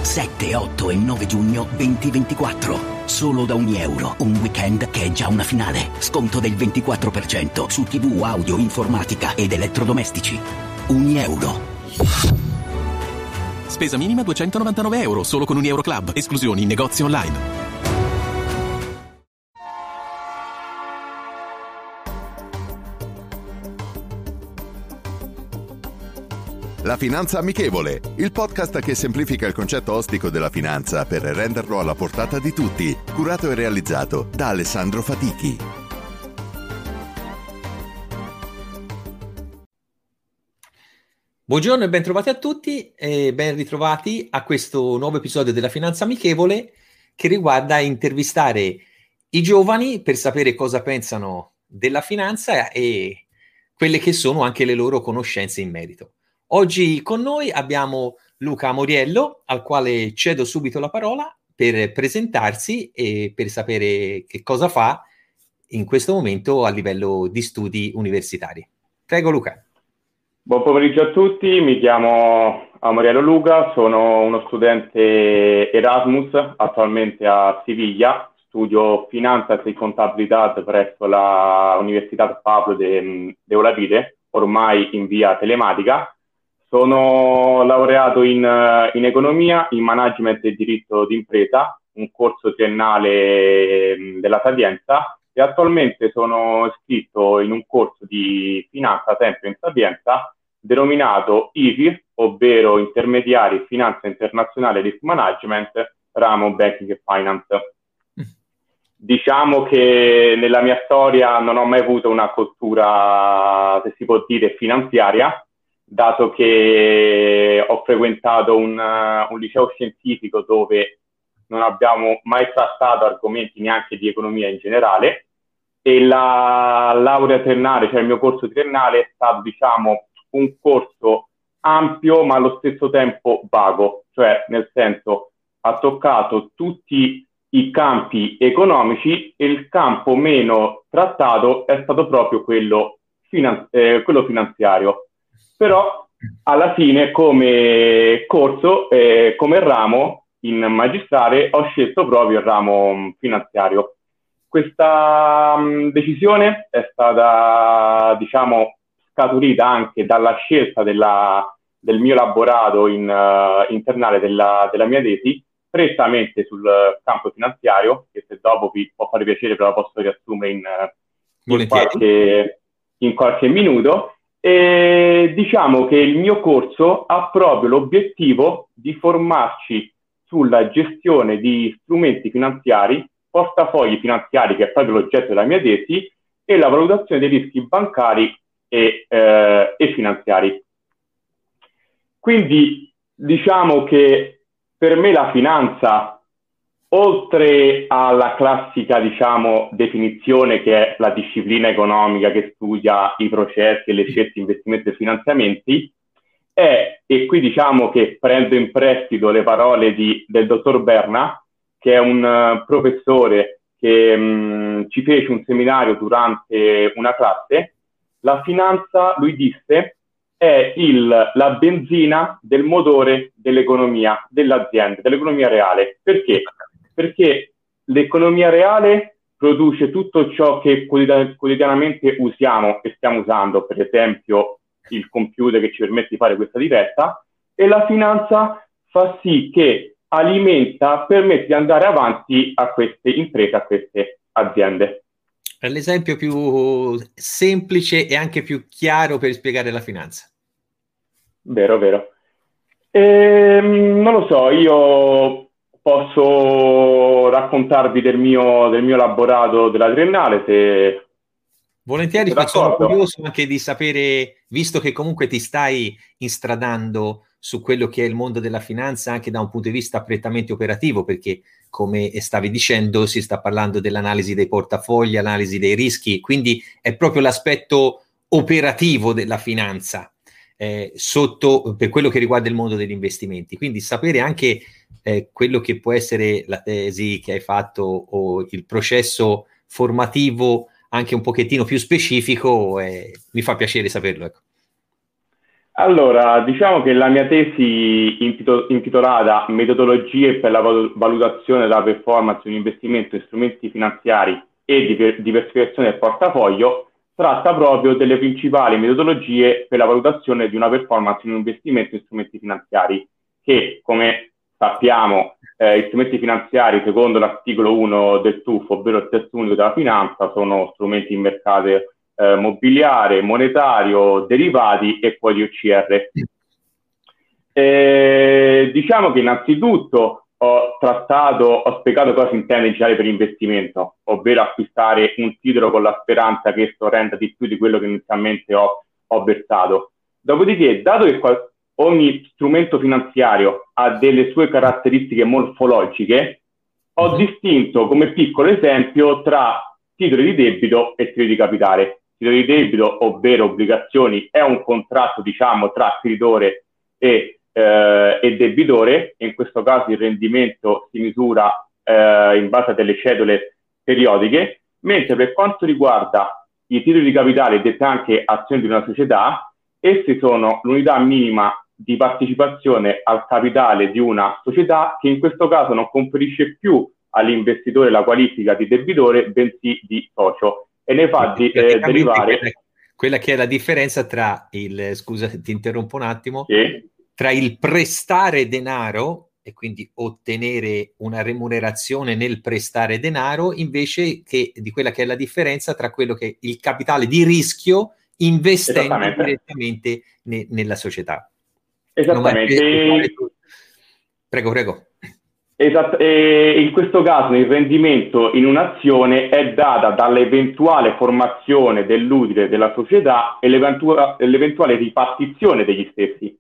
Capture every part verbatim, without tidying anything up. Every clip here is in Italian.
sette, otto e nove giugno duemilaventiquattro. Solo da ogni euro, un weekend che è già una finale. Sconto del ventiquattro per cento su tivù, audio, informatica ed elettrodomestici. Ogni euro. Spesa minima duecentonovantanove euro, solo con un Euro Club. Esclusioni in negozi online. La Finanza Amichevole, il podcast che semplifica il concetto ostico della finanza per renderlo alla portata di tutti, curato e realizzato da Alessandro Fatichi. Buongiorno e ben trovati a tutti e ben ritrovati a questo nuovo episodio della Finanza Amichevole che riguarda intervistare i giovani per sapere cosa pensano della finanza e quelle che sono anche le loro conoscenze in merito. Oggi con noi abbiamo Luca Amoriello, al quale cedo subito la parola per presentarsi e per sapere che cosa fa in questo momento a livello di studi universitari. Prego Luca. Buon pomeriggio a tutti, mi chiamo Amoriello Luca, sono uno studente Erasmus attualmente a Siviglia, studio Finanza e Contabilità presso la Università Pablo de, de Olavide, ormai in via telematica. Sono laureato in, in economia, in management e diritto d'impresa, un corso triennale della Sapienza, e attualmente sono iscritto in un corso di finanza sempre in Sapienza denominato I F I, ovvero Intermediari Finanza Internazionale Risk Management, ramo Banking e Finance. Diciamo che nella mia storia non ho mai avuto una cultura, se si può dire, finanziaria, dato che ho frequentato un, uh, un liceo scientifico dove non abbiamo mai trattato argomenti neanche di economia in generale, e la laurea triennale, cioè il mio corso triennale, è stato, diciamo, un corso ampio ma allo stesso tempo vago, cioè nel senso ha toccato tutti i campi economici e il campo meno trattato è stato proprio quello, finan- eh, quello finanziario. Però alla fine come corso, eh, come ramo in magistrale, ho scelto proprio il ramo finanziario. Questa mh, decisione è stata, diciamo, scaturita anche dalla scelta della, del mio elaborato in, uh, internale della, della mia tesi, prettamente sul campo finanziario, che se dopo vi può fare piacere ve la posso riassumere in, in, qualche, in qualche minuto. E diciamo che il mio corso ha proprio l'obiettivo di formarci sulla gestione di strumenti finanziari, portafogli finanziari, che è proprio l'oggetto della mia tesi, e la valutazione dei rischi bancari e, eh, e finanziari. Quindi diciamo che per me la finanza, oltre alla classica, diciamo, definizione che è la disciplina economica che studia i processi e le scelte di investimento e finanziamenti, è, e qui diciamo che prendo in prestito le parole di, del dottor Berna, che è un uh, professore che mh, ci fece un seminario durante una classe. La finanza, lui disse, è il, la benzina del motore dell'economia, dell'azienda, dell'economia reale. Perché? Perché l'economia reale produce tutto ciò che quotidianamente usiamo e stiamo usando, per esempio il computer che ci permette di fare questa diretta, e la finanza fa sì che alimenta, permette di andare avanti a queste imprese, a queste aziende. È l'esempio più semplice e anche più chiaro per spiegare la finanza. Vero, vero. Ehm, non lo so, io posso raccontarvi del mio, del mio elaborato della triennale, se... Volentieri, sono curioso anche di sapere, visto che comunque ti stai instradando su quello che è il mondo della finanza anche da un punto di vista prettamente operativo, perché come stavi dicendo si sta parlando dell'analisi dei portafogli, analisi dei rischi, quindi è proprio l'aspetto operativo della finanza eh, sotto per quello che riguarda il mondo degli investimenti. Quindi sapere anche eh, quello che può essere la tesi che hai fatto o il processo formativo anche un pochettino più specifico, eh, mi fa piacere saperlo, ecco. Allora, diciamo che la mia tesi intito- intitolata Metodologie per la valu- valutazione della performance di un investimento in strumenti finanziari e diver- diversificazione del portafoglio tratta proprio delle principali metodologie per la valutazione di una performance in un investimento in strumenti finanziari, che, come sappiamo, eh, gli strumenti finanziari, secondo l'articolo uno del T U F, ovvero il testo unico della finanza, sono strumenti in mercato eh, mobiliare, monetario, derivati e poi di O C R. Eh, diciamo che innanzitutto ho trattato, ho spiegato cosa si intende in generale per investimento, ovvero acquistare un titolo con la speranza che esso renda di più di quello che inizialmente ho, ho versato. Dopodiché, dato che qual- ogni strumento finanziario ha delle sue caratteristiche morfologiche, ho mm-hmm. distinto come piccolo esempio tra titoli di debito e titoli di capitale. Titoli di debito, ovvero obbligazioni, è un contratto, diciamo, tra creditore e, eh, e debitore. In questo caso il rendimento si misura eh, in base a delle cedole periodiche, mentre per quanto riguarda i titoli di capitale, dette anche azioni di una società, essi sono l'unità minima di partecipazione al capitale di una società, che in questo caso non conferisce più all'investitore la qualifica di debitore, bensì di socio, e ne fa di, eh, derivare quella, quella che è la differenza tra il, scusa ti interrompo un attimo, sì. tra il prestare denaro e quindi ottenere una remunerazione nel prestare denaro, invece che di quella che è la differenza tra quello che è il capitale di rischio investendo direttamente ne, nella società. Esattamente. No, prego, prego. Esatto. E in questo caso il rendimento in un'azione è data dall'eventuale formazione dell'utile della società e l'eventu- l'eventuale ripartizione degli stessi.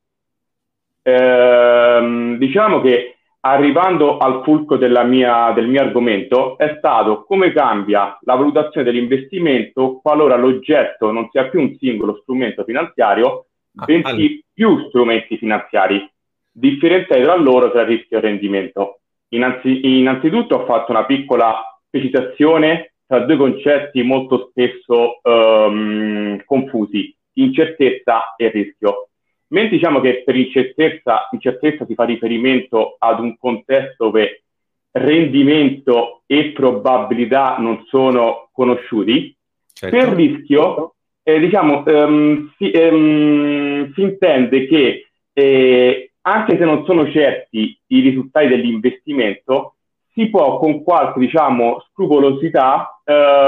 Ehm, diciamo che arrivando al fulcro della mia, del mio argomento è stato come cambia la valutazione dell'investimento qualora l'oggetto non sia più un singolo strumento finanziario, bensì ah, allora. più strumenti finanziari, differenziati tra loro tra rischio e rendimento. Innanzi, innanzitutto ho fatto una piccola precisazione tra due concetti molto spesso um, confusi, incertezza e rischio. Mentre diciamo che per incertezza, incertezza si fa riferimento ad un contesto dove rendimento e probabilità non sono conosciuti, certo. Per rischio eh, diciamo, um, si, um, si intende che eh, anche se non sono certi i risultati dell'investimento, si può con qualche, diciamo, scrupolosità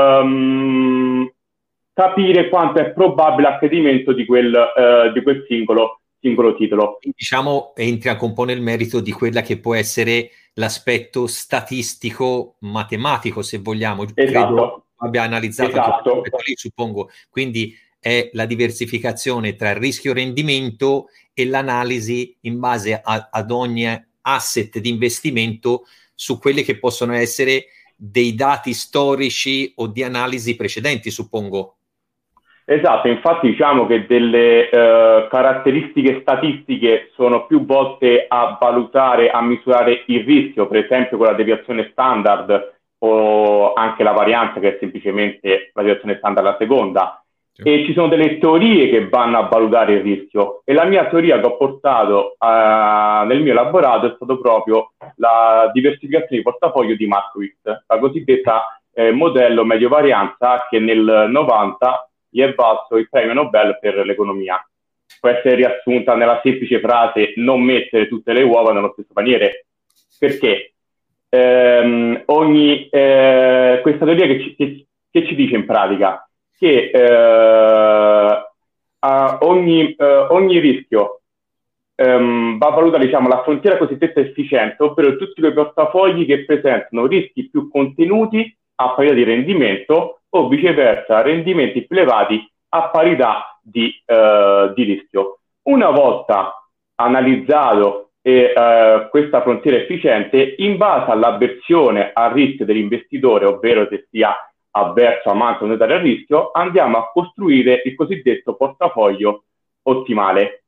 ehm, capire quanto è probabile l'accadimento di quel, eh, di quel singolo, singolo titolo. Diciamo, entra un po' nel merito di quella che può essere l'aspetto statistico matematico, se vogliamo. Esatto. Credo abbia analizzato esatto. anche lì, suppongo. Quindi è la diversificazione tra il rischio rendimento e l'analisi in base a, ad ogni asset di investimento su quelli che possono essere dei dati storici o di analisi precedenti, suppongo. Esatto, infatti diciamo che delle eh, caratteristiche statistiche sono più volte a valutare, a misurare il rischio, per esempio con la deviazione standard o anche la varianza, che è semplicemente la deviazione standard alla seconda. E ci sono delle teorie che vanno a valutare il rischio, e la mia teoria che ho portato uh, nel mio elaborato è stato proprio la diversificazione di portafoglio di Markowitz, la cosiddetta eh, modello medio varianza, che nel novanta gli è valso il premio Nobel per l'economia. Può essere riassunta nella semplice frase: non mettere tutte le uova nello stesso paniere. Perché ehm, ogni eh, questa teoria che ci, che, che ci dice in pratica che eh, a ogni, eh, ogni rischio ehm, va a valutare, diciamo, la frontiera cosiddetta efficiente, ovvero tutti quei portafogli che presentano rischi più contenuti a parità di rendimento o viceversa rendimenti più elevati a parità di, eh, di rischio. Una volta analizzato eh, eh, questa frontiera efficiente, in base all'avversione al rischio dell'investitore, ovvero se sia avverso, amante o neutrale al rischio, andiamo a costruire il cosiddetto portafoglio ottimale.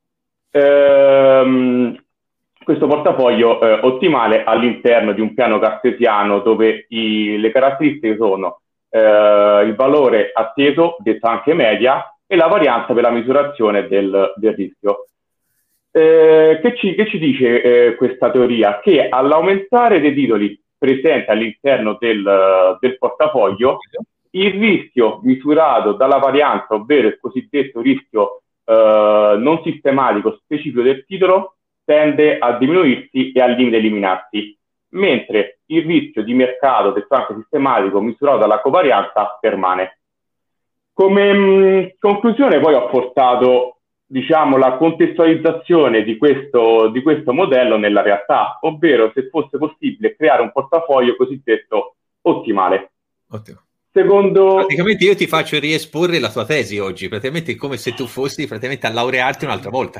Ehm, questo portafoglio eh, ottimale all'interno di un piano cartesiano dove i, le caratteristiche sono eh, il valore atteso, detto anche media, e la varianza per la misurazione del, del rischio. Eh, che, ci, che ci dice eh, questa teoria? Che all'aumentare dei titoli presenti all'interno del, del portafoglio, il rischio misurato dalla varianza, ovvero il cosiddetto rischio eh, non sistematico specifico del titolo, tende a diminuirsi e al limite eliminarsi, mentre il rischio di mercato del franco sistematico misurato dalla covarianza permane. Come mh, conclusione poi ho portato, diciamo, la contestualizzazione di questo, di questo modello nella realtà, ovvero se fosse possibile creare un portafoglio cosiddetto ottimale. Ottimo. Secondo... Praticamente io ti faccio riesporre la tua tesi oggi, praticamente è come se tu fossi praticamente a laurearti un'altra volta.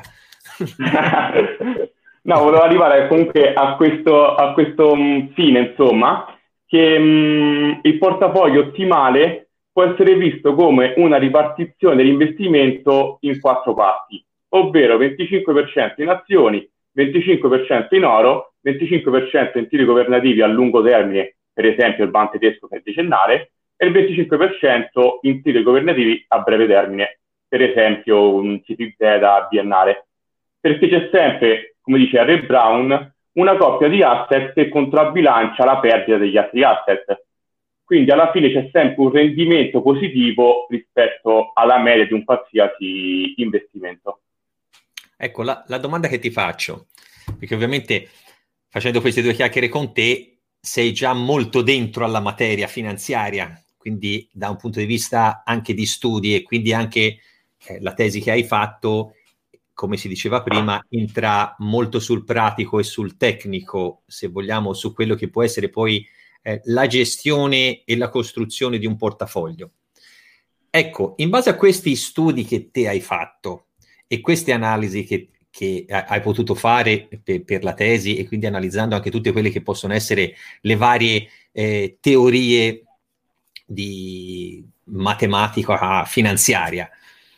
No, volevo arrivare comunque a questo, a questo mh, fine, insomma, che mh, il portafoglio ottimale può essere visto come una ripartizione dell'investimento in quattro parti, ovvero venticinque per cento in azioni, venticinque per cento in oro, venticinque per cento in titoli governativi a lungo termine, per esempio il Bund tedesco che è decennale, e il venticinque per cento in titoli governativi a breve termine, per esempio un C T Z biennale. Perché c'è sempre, come dice Ray Brown, una coppia di asset che controbilancia la perdita degli altri asset. Quindi alla fine c'è sempre un rendimento positivo rispetto alla media di un qualsiasi investimento. Ecco, la, la domanda che ti faccio, perché ovviamente facendo queste due chiacchiere con te sei già molto dentro alla materia finanziaria, quindi da un punto di vista anche di studi e quindi anche eh, la tesi che hai fatto, come si diceva prima, entra molto sul pratico e sul tecnico, se vogliamo, su quello che può essere poi eh, la gestione e la costruzione di un portafoglio. Ecco, in base a questi studi che te hai fatto e queste analisi che, che hai potuto fare per, per la tesi, e quindi analizzando anche tutte quelle che possono essere le varie eh, teorie di matematica finanziaria,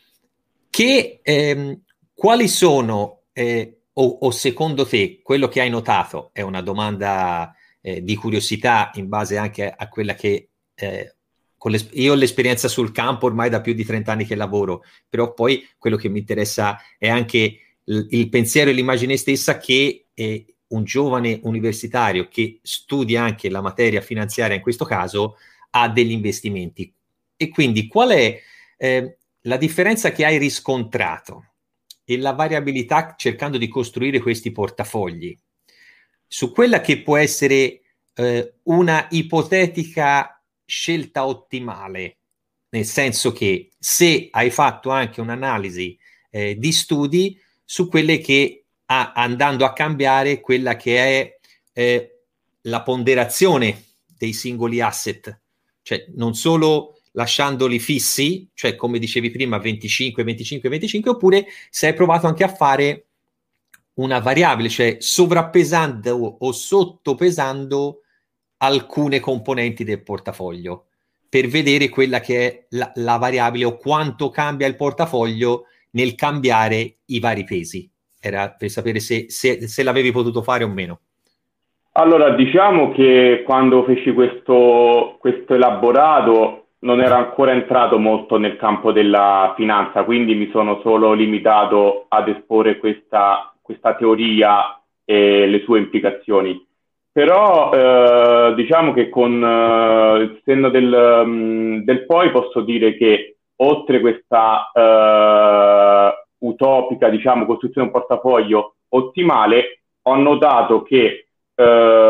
che ehm, quali sono, eh, o, o secondo te, quello che hai notato, è una domanda eh, di curiosità in base anche a quella che eh, con io ho l'esperienza sul campo ormai da più di trenta anni che lavoro, però poi quello che mi interessa è anche il, il pensiero e l'immagine stessa che eh, un giovane universitario che studia anche la materia finanziaria in questo caso ha degli investimenti. E quindi qual è eh, la differenza che hai riscontrato e la variabilità cercando di costruire questi portafogli su quella che può essere eh, una ipotetica scelta ottimale, nel senso che se hai fatto anche un'analisi eh, di studi su quelle che ha, andando a cambiare quella che è eh, la ponderazione dei singoli asset, cioè non solo lasciandoli fissi, cioè come dicevi prima venticinque, venticinque, venticinque, oppure se hai provato anche a fare una variabile, cioè sovrappesando o sottopesando alcune componenti del portafoglio per vedere quella che è la, la variabile o quanto cambia il portafoglio nel cambiare i vari pesi. Era per sapere se, se, se l'avevi potuto fare o meno. Allora, diciamo che quando feci questo, questo elaborato non ero ancora entrato molto nel campo della finanza, quindi mi sono solo limitato ad esporre questa, questa teoria e le sue implicazioni. Però eh, diciamo che con eh, il senno del, um, del poi posso dire che oltre questa eh, utopica, diciamo, costruzione di un portafoglio ottimale, ho notato che eh,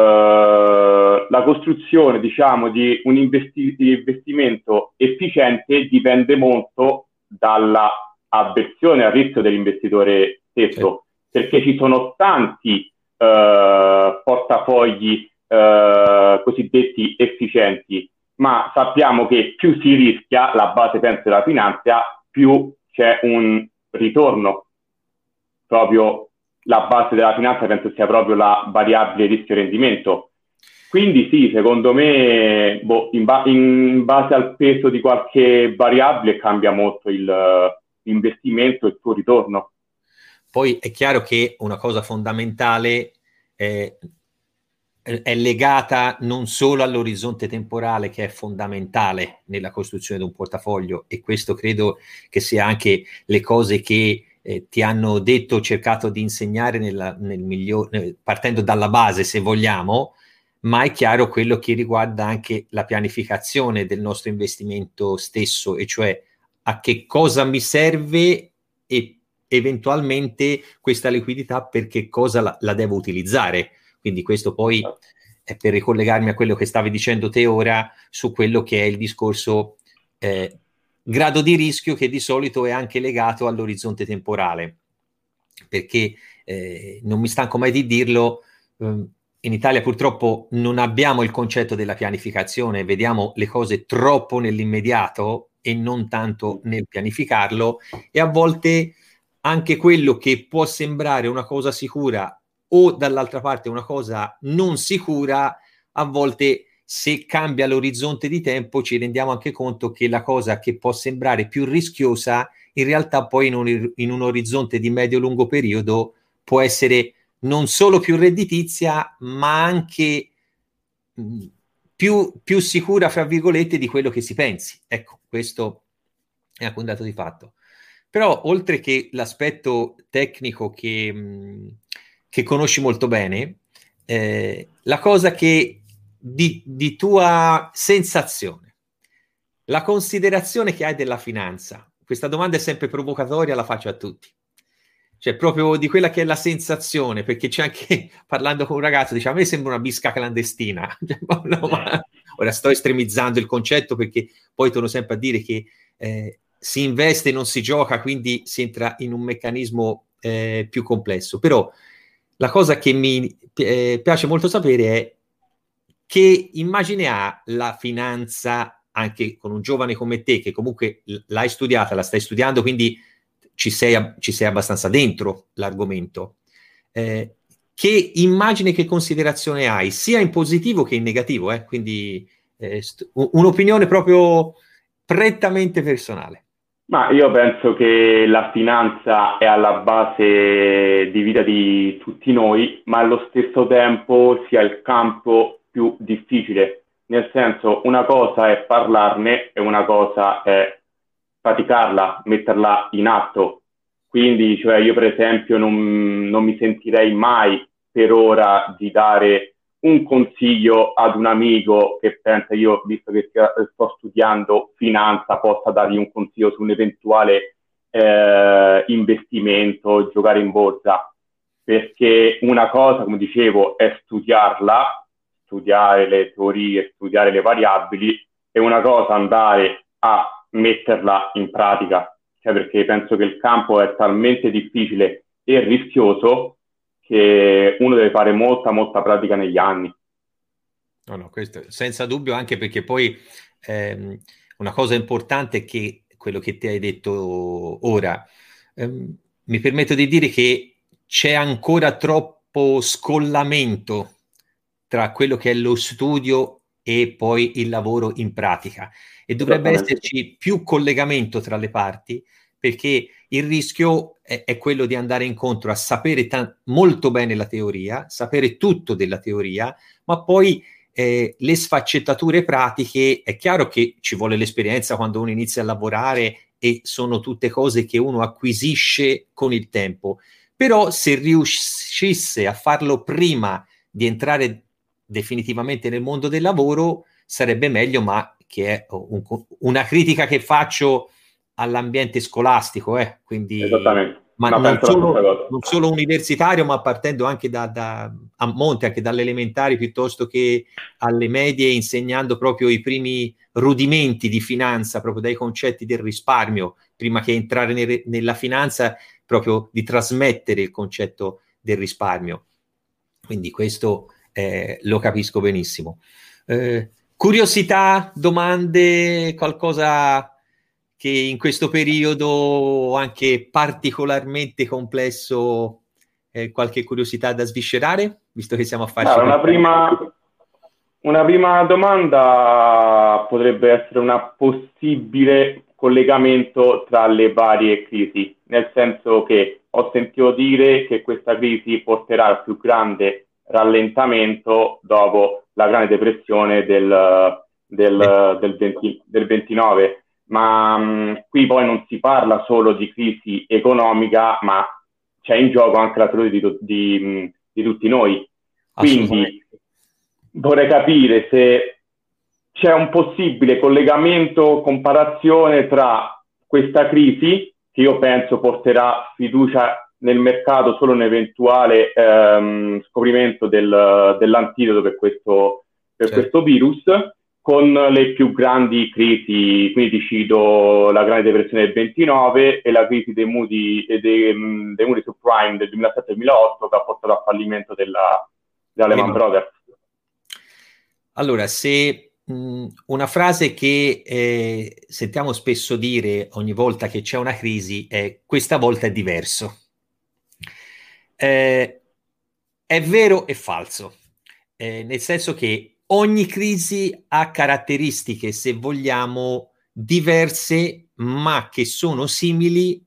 la costruzione, diciamo, di un investi- investimento efficiente dipende molto dalla avversione al rischio dell'investitore stesso, sì. Perché ci sono tanti Uh, portafogli uh, cosiddetti efficienti, ma sappiamo che più si rischia, la base penso della finanza, più c'è un ritorno. Proprio la base della finanza penso sia proprio la variabile rischio-rendimento. Quindi sì, secondo me boh, in, ba- in base al peso di qualche variabile cambia molto il, l'investimento e il tuo ritorno. Poi è chiaro che una cosa fondamentale è è legata non solo all'orizzonte temporale, che è fondamentale nella costruzione di un portafoglio, e questo credo che sia anche le cose che eh, ti hanno detto, cercato di insegnare nella, nel miglior, partendo dalla base, se vogliamo, ma è chiaro quello che riguarda anche la pianificazione del nostro investimento stesso, e cioè a che cosa mi serve e eventualmente questa liquidità per che cosa la, la devo utilizzare. Quindi questo poi è per ricollegarmi a quello che stavi dicendo te ora su quello che è il discorso eh, grado di rischio, che di solito è anche legato all'orizzonte temporale, perché eh, non mi stanco mai di dirlo, eh, in Italia purtroppo non abbiamo il concetto della pianificazione, vediamo le cose troppo nell'immediato e non tanto nel pianificarlo, e a volte anche quello che può sembrare una cosa sicura o dall'altra parte una cosa non sicura, a volte se cambia l'orizzonte di tempo ci rendiamo anche conto che la cosa che può sembrare più rischiosa in realtà poi in un, in un orizzonte di medio-lungo periodo può essere non solo più redditizia, ma anche mh, più, più sicura, fra virgolette, di quello che si pensi. Ecco, questo è anche un dato di fatto. Però oltre che l'aspetto tecnico che... Mh, che conosci molto bene, eh, la cosa che di, di tua sensazione, la considerazione che hai della finanza, questa domanda è sempre provocatoria, la faccio a tutti, cioè proprio di quella che è la sensazione, perché c'è anche, parlando con un ragazzo, dice a me sembra una bisca clandestina, no, ma, ora sto estremizzando il concetto, perché poi torno sempre a dire che eh, si investe e non si gioca, quindi si entra in un meccanismo eh, più complesso, però la cosa che mi eh, piace molto sapere è che immagine ha la finanza anche con un giovane come te, che comunque l'hai studiata, la stai studiando, quindi ci sei, ci sei abbastanza dentro l'argomento. Eh, che immagine, che considerazione hai, sia in positivo che in negativo? Eh? Quindi eh, st- un'opinione proprio prettamente personale. Ma io penso che la finanza è alla base di vita di tutti noi, ma allo stesso tempo sia il campo più difficile. Nel senso, una cosa è parlarne e una cosa è praticarla, metterla in atto. Quindi, cioè, io per esempio non, non mi sentirei mai per ora di dare un consiglio ad un amico che pensa, io visto che sto studiando finanza, possa dargli un consiglio su un eventuale eh, investimento, giocare in borsa, perché una cosa, come dicevo, è studiarla, studiare le teorie, studiare le variabili, e una cosa andare a metterla in pratica, cioè perché penso che il campo è talmente difficile e rischioso che uno deve fare molta, molta pratica negli anni. No, no, questo senza dubbio, anche perché poi ehm, una cosa importante è che quello che ti hai detto ora, ehm, mi permetto di dire che c'è ancora troppo scollamento tra quello che è lo studio e poi il lavoro in pratica, e dovrebbe esserci più collegamento tra le parti, perché il rischio è, è quello di andare incontro a sapere t- molto bene la teoria, sapere tutto della teoria, ma poi eh, le sfaccettature pratiche, è chiaro che ci vuole l'esperienza quando uno inizia a lavorare, e sono tutte cose che uno acquisisce con il tempo, però se riuscisse a farlo prima di entrare definitivamente nel mondo del lavoro sarebbe meglio, ma che è un, una critica che faccio all'ambiente scolastico, eh? Quindi, ma non solo, non solo universitario, ma partendo anche da, da a monte, anche dalle elementari piuttosto che alle medie, insegnando proprio i primi rudimenti di finanza, proprio dai concetti del risparmio, prima che entrare ne, nella finanza, proprio di trasmettere il concetto del risparmio. Quindi questo eh, lo capisco benissimo. Eh, curiosità, domande, qualcosa che in questo periodo anche particolarmente complesso, eh, qualche curiosità da sviscerare, visto che siamo a farci... No, una, prima, una prima domanda potrebbe essere una possibile collegamento tra le varie crisi, nel senso che ho sentito dire che questa crisi porterà al più grande rallentamento dopo la Grande Depressione del, del, del, venti, del ventinove. Ma mh, qui poi non si parla solo di crisi economica, ma c'è in gioco anche la salute di, di, di tutti noi. Quindi vorrei capire se c'è un possibile collegamento, comparazione tra questa crisi, che io penso porterà fiducia nel mercato solo un eventuale ehm, scoprimento del, dell'antidoto per questo, per certo. questo virus, con le più grandi crisi. Quindi cito la Grande Depressione del ventinove e la crisi dei mutui, dei, dei mutui subprime del duemilasette duemilaotto, che ha portato al fallimento della, della Lehman Brothers. Allora, se mh, una frase che eh, sentiamo spesso dire ogni volta che c'è una crisi è: questa volta è diverso. Eh, è vero e falso, eh, nel senso che ogni crisi ha caratteristiche, se vogliamo, diverse, ma che sono simili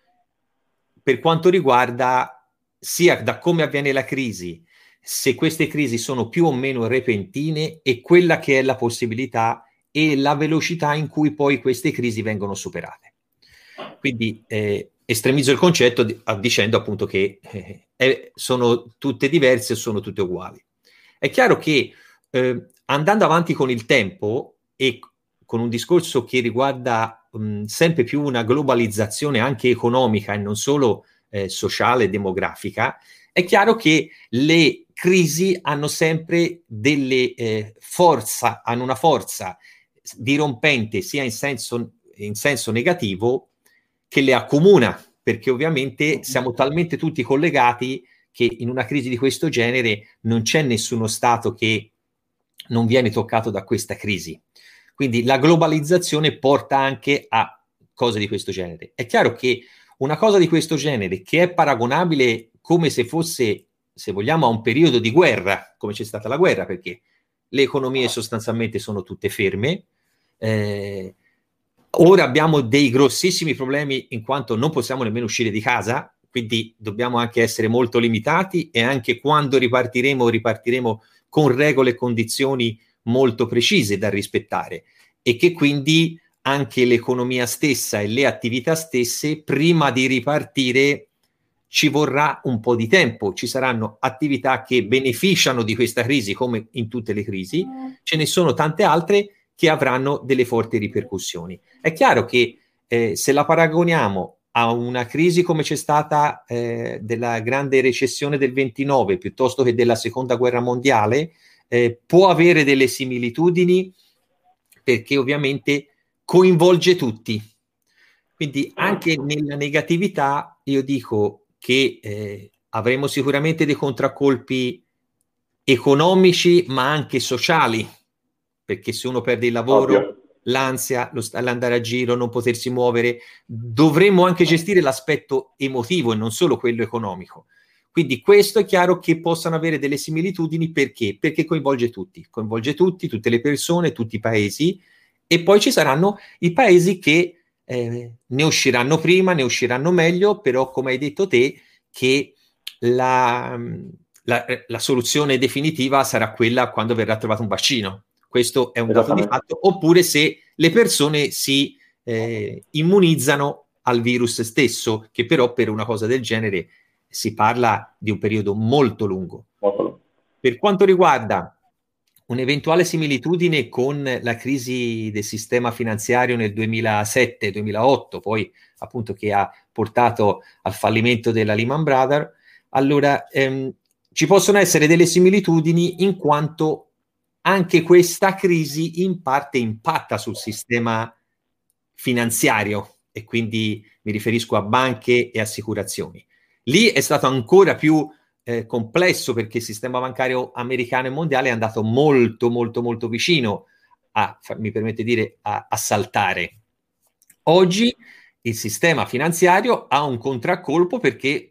per quanto riguarda sia da come avviene la crisi, se queste crisi sono più o meno repentine, e quella che è la possibilità e la velocità in cui poi queste crisi vengono superate. Quindi eh, estremizzo il concetto di, dicendo appunto che eh, eh, sono tutte diverse, sono tutte uguali. È chiaro che eh, andando avanti con il tempo e con un discorso che riguarda mh, sempre più una globalizzazione anche economica e non solo eh, sociale e demografica, è chiaro che le crisi hanno sempre delle eh, forza, hanno una forza dirompente sia in senso, in senso negativo, che le accomuna, perché ovviamente siamo talmente tutti collegati che in una crisi di questo genere non c'è nessuno Stato che non viene toccato da questa crisi. Quindi la globalizzazione porta anche a cose di questo genere. È chiaro che una cosa di questo genere, che è paragonabile come se fosse, se vogliamo, a un periodo di guerra, come c'è stata la guerra, perché le economie sostanzialmente sono tutte ferme, eh, ora abbiamo dei grossissimi problemi in quanto non possiamo nemmeno uscire di casa, quindi dobbiamo anche essere molto limitati, e anche quando ripartiremo, ripartiremo con regole e condizioni molto precise da rispettare, e che quindi anche l'economia stessa e le attività stesse, prima di ripartire, ci vorrà un po' di tempo. Ci saranno attività che beneficiano di questa crisi, come in tutte le crisi, ce ne sono tante altre che avranno delle forti ripercussioni. È chiaro che eh, se la paragoniamo a una crisi come c'è stata eh, della grande recessione del ventinove, piuttosto che della seconda guerra mondiale, eh, può avere delle similitudini, perché ovviamente coinvolge tutti. Quindi anche nella negatività io dico che eh, avremo sicuramente dei contraccolpi economici, ma anche sociali, perché se uno perde il lavoro, Ovvio. l'ansia, lo, l'andare a giro, non potersi muovere, dovremmo anche gestire l'aspetto emotivo e non solo quello economico. Quindi questo è chiaro che possano avere delle similitudini. Perché? Perché coinvolge tutti, coinvolge tutti, tutte le persone, tutti i paesi, e poi ci saranno i paesi che eh, ne usciranno prima, ne usciranno meglio, però come hai detto te, che la, la, la soluzione definitiva sarà quella quando verrà trovato un vaccino. Questo è un dato di fatto, oppure se le persone si eh, immunizzano al virus stesso, che però per una cosa del genere si parla di un periodo molto lungo. Per quanto riguarda un'eventuale similitudine con la crisi del sistema finanziario nel duemilasette duemilaotto, poi appunto che ha portato al fallimento della Lehman Brothers, allora ehm, ci possono essere delle similitudini, in quanto anche questa crisi in parte impatta sul sistema finanziario, e quindi mi riferisco a banche e assicurazioni. Lì è stato ancora più eh, complesso, perché il sistema bancario americano e mondiale è andato molto molto molto vicino a, mi permette di dire, a, a saltare. Oggi il sistema finanziario ha un contraccolpo, perché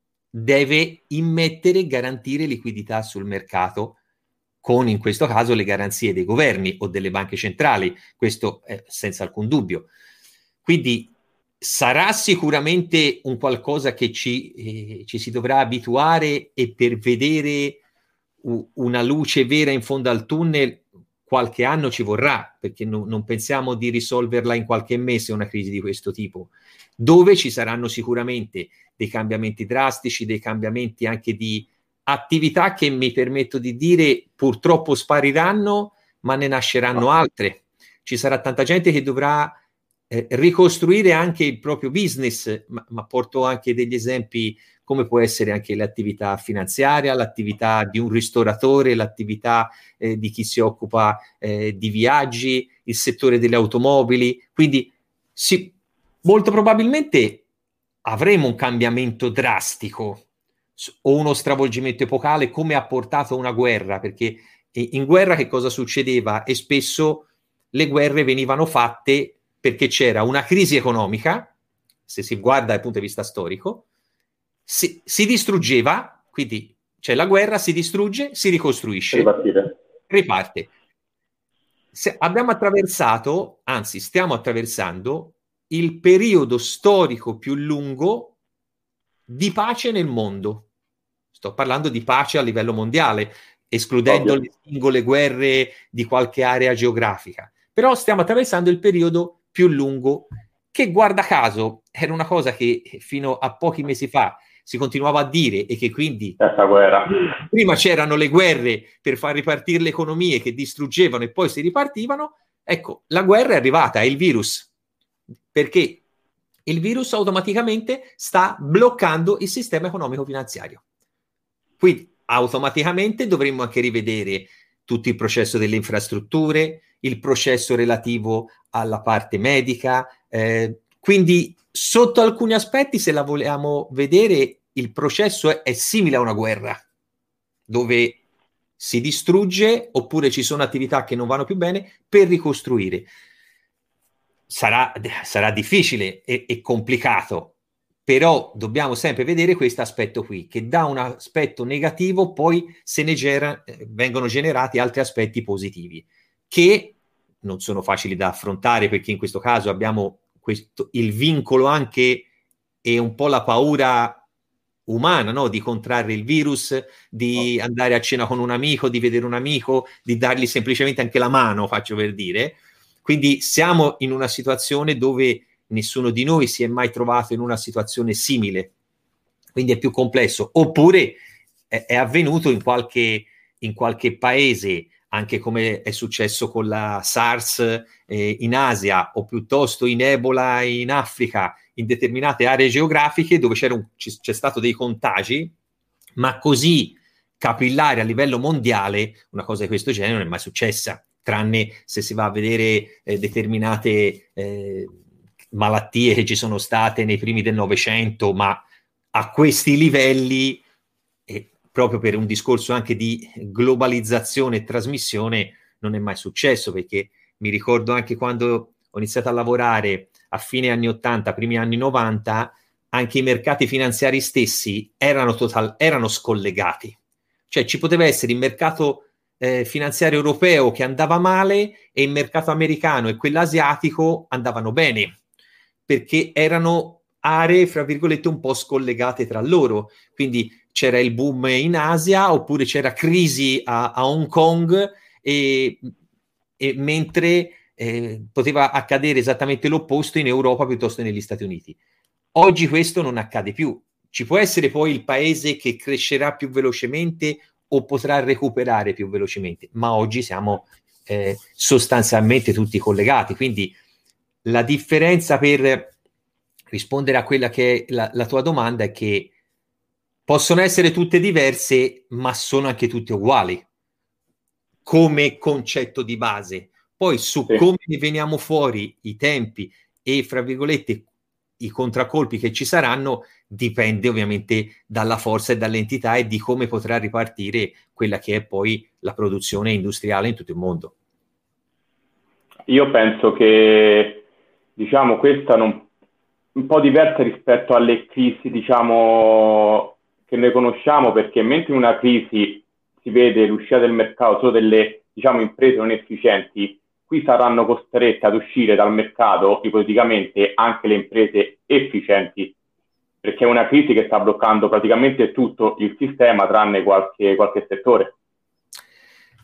deve immettere e garantire liquidità sul mercato, con in questo caso le garanzie dei governi o delle banche centrali, questo è senza alcun dubbio. Quindi sarà sicuramente un qualcosa che ci, eh, ci si dovrà abituare, e per vedere una luce vera in fondo al tunnel qualche anno ci vorrà, perché no, non pensiamo di risolverla in qualche mese una crisi di questo tipo, dove ci saranno sicuramente dei cambiamenti drastici, dei cambiamenti anche di attività che, mi permetto di dire, purtroppo spariranno, ma ne nasceranno altre. Ci sarà tanta gente che dovrà eh, ricostruire anche il proprio business, ma, ma porto anche degli esempi come può essere anche l'attività finanziaria, l'attività di un ristoratore, l'attività eh, di chi si occupa eh, di viaggi, il settore delle automobili. Quindi sì, molto probabilmente avremo un cambiamento drastico o uno stravolgimento epocale, come ha portato una guerra, perché in guerra che cosa succedeva? E spesso le guerre venivano fatte perché c'era una crisi economica, se si guarda dal punto di vista storico, Si, si distruggeva, quindi c'è la guerra, si distrugge, si ricostruisce, Ripartire. riparte. Se abbiamo attraversato, anzi stiamo attraversando, il periodo storico più lungo di pace nel mondo. Sto parlando di pace a livello mondiale, escludendo Ovvio. le singole guerre di qualche area geografica. Però stiamo attraversando il periodo più lungo, che guarda caso era una cosa che fino a pochi mesi fa si continuava a dire, e che quindi guerra. prima c'erano le guerre per far ripartire le economie che distruggevano e poi si ripartivano. Ecco, la guerra è arrivata, è il virus, perché il virus automaticamente sta bloccando il sistema economico finanziario. Quindi automaticamente dovremmo anche rivedere tutto il processo delle infrastrutture, il processo relativo alla parte medica, eh, quindi sotto alcuni aspetti, se la vogliamo vedere, il processo è, è simile a una guerra, dove si distrugge oppure ci sono attività che non vanno più bene per ricostruire. Sarà, sarà difficile e, e complicato, però dobbiamo sempre vedere questo aspetto qui, che da un aspetto negativo poi se ne genera, vengono generati altri aspetti positivi, che non sono facili da affrontare, perché in questo caso abbiamo questo, il vincolo anche e un po' la paura umana, no? Di contrarre il virus, di andare a cena con un amico, di vedere un amico, di dargli semplicemente anche la mano, faccio per dire. Quindi siamo in una situazione dove nessuno di noi si è mai trovato in una situazione simile, quindi è più complesso. Oppure è, è avvenuto in qualche, in qualche paese, anche come è successo con la SARS eh, in Asia, o piuttosto in Ebola in Africa, in determinate aree geografiche dove c'era un, c- c'è stato dei contagi, ma così capillari a livello mondiale, una cosa di questo genere non è mai successa, tranne se si va a vedere eh, determinate eh, malattie che ci sono state nei primi del Novecento, ma a questi livelli, eh, proprio per un discorso anche di globalizzazione e trasmissione, non è mai successo, perché mi ricordo anche quando ho iniziato a lavorare a fine anni ottanta, primi anni novanta, anche i mercati finanziari stessi erano, total, erano scollegati. Cioè ci poteva essere il mercato eh, finanziario europeo che andava male e il mercato americano e quello asiatico andavano bene, perché erano aree, fra virgolette, un po' scollegate tra loro. Quindi c'era il boom in Asia, oppure c'era crisi a, a Hong Kong, e, e mentre eh, poteva accadere esattamente l'opposto in Europa piuttosto che negli Stati Uniti. Oggi questo non accade più. Ci può essere poi il paese che crescerà più velocemente o potrà recuperare più velocemente, ma oggi siamo eh, sostanzialmente tutti collegati. Quindi la differenza, per rispondere a quella che è la, la tua domanda, è che possono essere tutte diverse, ma sono anche tutte uguali come concetto di base. Poi su sì. come ne veniamo fuori, i tempi e, fra virgolette, i contraccolpi che ci saranno, dipende ovviamente dalla forza e dall'entità e di come potrà ripartire quella che è poi la produzione industriale in tutto il mondo. Io penso che, diciamo, questa non, un po' diversa rispetto alle crisi, diciamo, che noi conosciamo, perché mentre in una crisi si vede l'uscita del mercato solo delle, diciamo, imprese non efficienti, qui saranno costrette ad uscire dal mercato, ipoteticamente, anche le imprese efficienti, perché è una crisi che sta bloccando praticamente tutto il sistema, tranne qualche, qualche settore.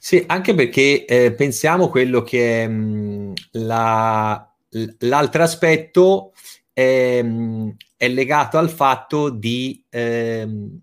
Sì, anche perché eh, pensiamo quello che è mh, la, l'altro aspetto è, mh, è legato al fatto di, ehm,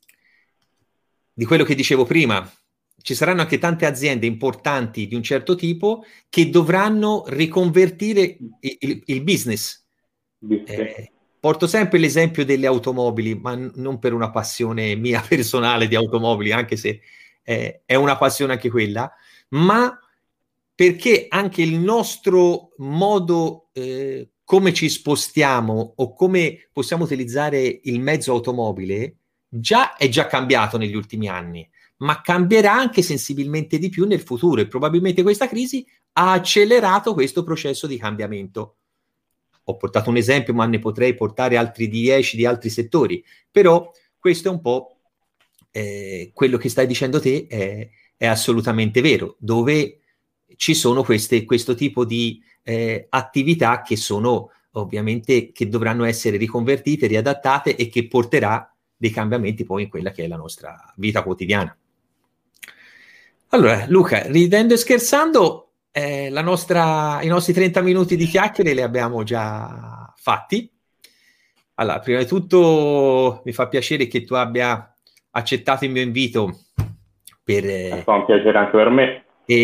di quello che dicevo prima. Ci saranno anche tante aziende importanti di un certo tipo che dovranno riconvertire il, il, il business. Eh, porto sempre l'esempio delle automobili, ma n- non per una passione mia personale di automobili, anche se eh, è una passione anche quella, ma perché anche il nostro modo, eh, come ci spostiamo o come possiamo utilizzare il mezzo automobile, già è già cambiato negli ultimi anni, ma cambierà anche sensibilmente di più nel futuro e probabilmente questa crisi ha accelerato questo processo di cambiamento. Ho portato un esempio, ma ne potrei portare altri dieci di altri settori, però questo è un po' eh, quello che stai dicendo te, è, è assolutamente vero, dove ci sono queste, questo tipo di eh, attività che sono ovviamente che dovranno essere riconvertite, riadattate e che porterà dei cambiamenti poi in quella che è la nostra vita quotidiana. Allora, Luca, ridendo e scherzando, eh, la nostra, i nostri trenta minuti di chiacchiere li abbiamo già fatti. Allora, prima di tutto mi fa piacere che tu abbia accettato il mio invito per... È stato un piacere anche per me.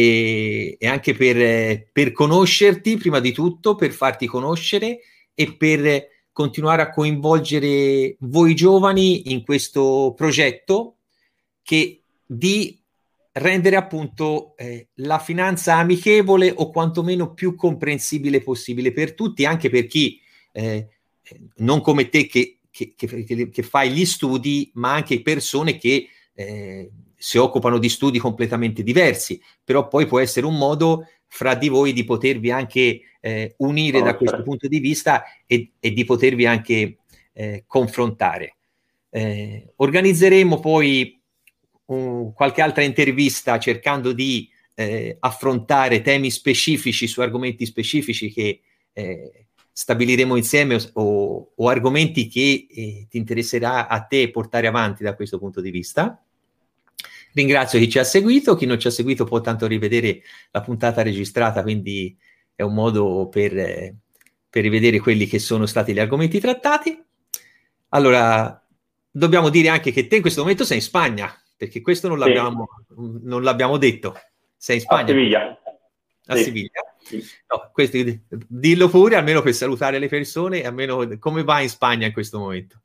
E, e anche per, per conoscerti prima di tutto, per farti conoscere e per continuare a coinvolgere voi giovani in questo progetto che di rendere appunto eh, la finanza amichevole o quantomeno più comprensibile possibile per tutti, anche per chi eh, non come te che, che, che, che fai gli studi, ma anche persone che eh, si occupano di studi completamente diversi, però poi può essere un modo fra di voi di potervi anche eh, unire oh, da questo certo. punto di vista e, e di potervi anche eh, confrontare. Eh, organizzeremo poi un, qualche altra intervista cercando di eh, affrontare temi specifici su argomenti specifici che eh, stabiliremo insieme o, o argomenti che eh, ti interesserà a te portare avanti da questo punto di vista. Ringrazio chi ci ha seguito, chi non ci ha seguito può tanto rivedere la puntata registrata, quindi è un modo per, eh, per rivedere quelli che sono stati gli argomenti trattati. Allora, dobbiamo dire anche che te in questo momento sei in Spagna, perché questo non l'abbiamo, sì. non l'abbiamo detto. Sei in Spagna? A Siviglia. A sì. Siviglia? Sì. No, questo, dillo pure, almeno per salutare le persone, almeno come va in Spagna in questo momento?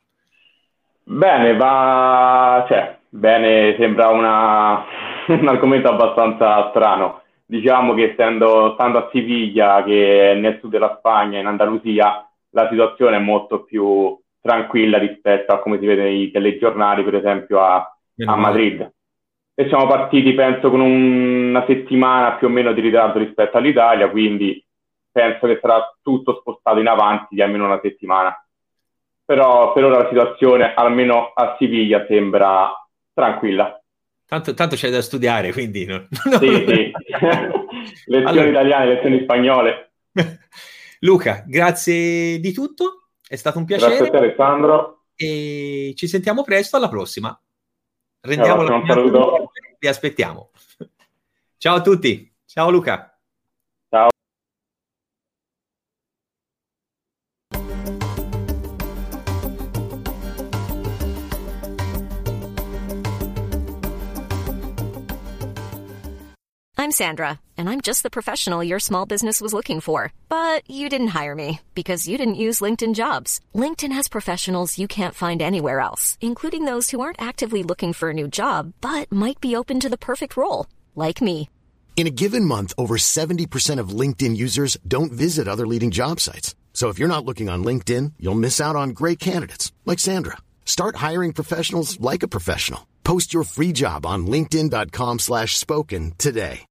Bene, va... cioè, bene, sembra una... un argomento abbastanza strano. Diciamo che essendo, stando a Siviglia, che è nel sud della Spagna, in Andalusia, la situazione è molto più tranquilla rispetto a come si vede nei telegiornali, per esempio a, a Madrid. E siamo partiti, penso, con un, una settimana più o meno di ritardo rispetto all'Italia, quindi penso che sarà tutto spostato in avanti di almeno una settimana. Però per ora la situazione, almeno a Siviglia, sembra tranquilla. Tanto, tanto c'è da studiare, quindi... No? Sì, sì. Lezioni allora... italiane, lezioni spagnole. Luca, grazie di tutto, è stato un piacere. Grazie a te, Alessandro. E ci sentiamo presto, alla prossima. Rendiamo allora, la un saluto. Vi aspettiamo. Ciao a tutti. Ciao Luca. Ciao. I'm Sandra, and I'm just the professional your small business was looking for. But you didn't hire me because you didn't use LinkedIn Jobs. LinkedIn has professionals you can't find anywhere else, including those who aren't actively looking for a new job, but might be open to the perfect role, like me. In a given month, over seventy percent of LinkedIn users don't visit other leading job sites. So if you're not looking on LinkedIn, you'll miss out on great candidates, like Sandra. Start hiring professionals like a professional. Post your free job on linkedin dot com slash spoken today.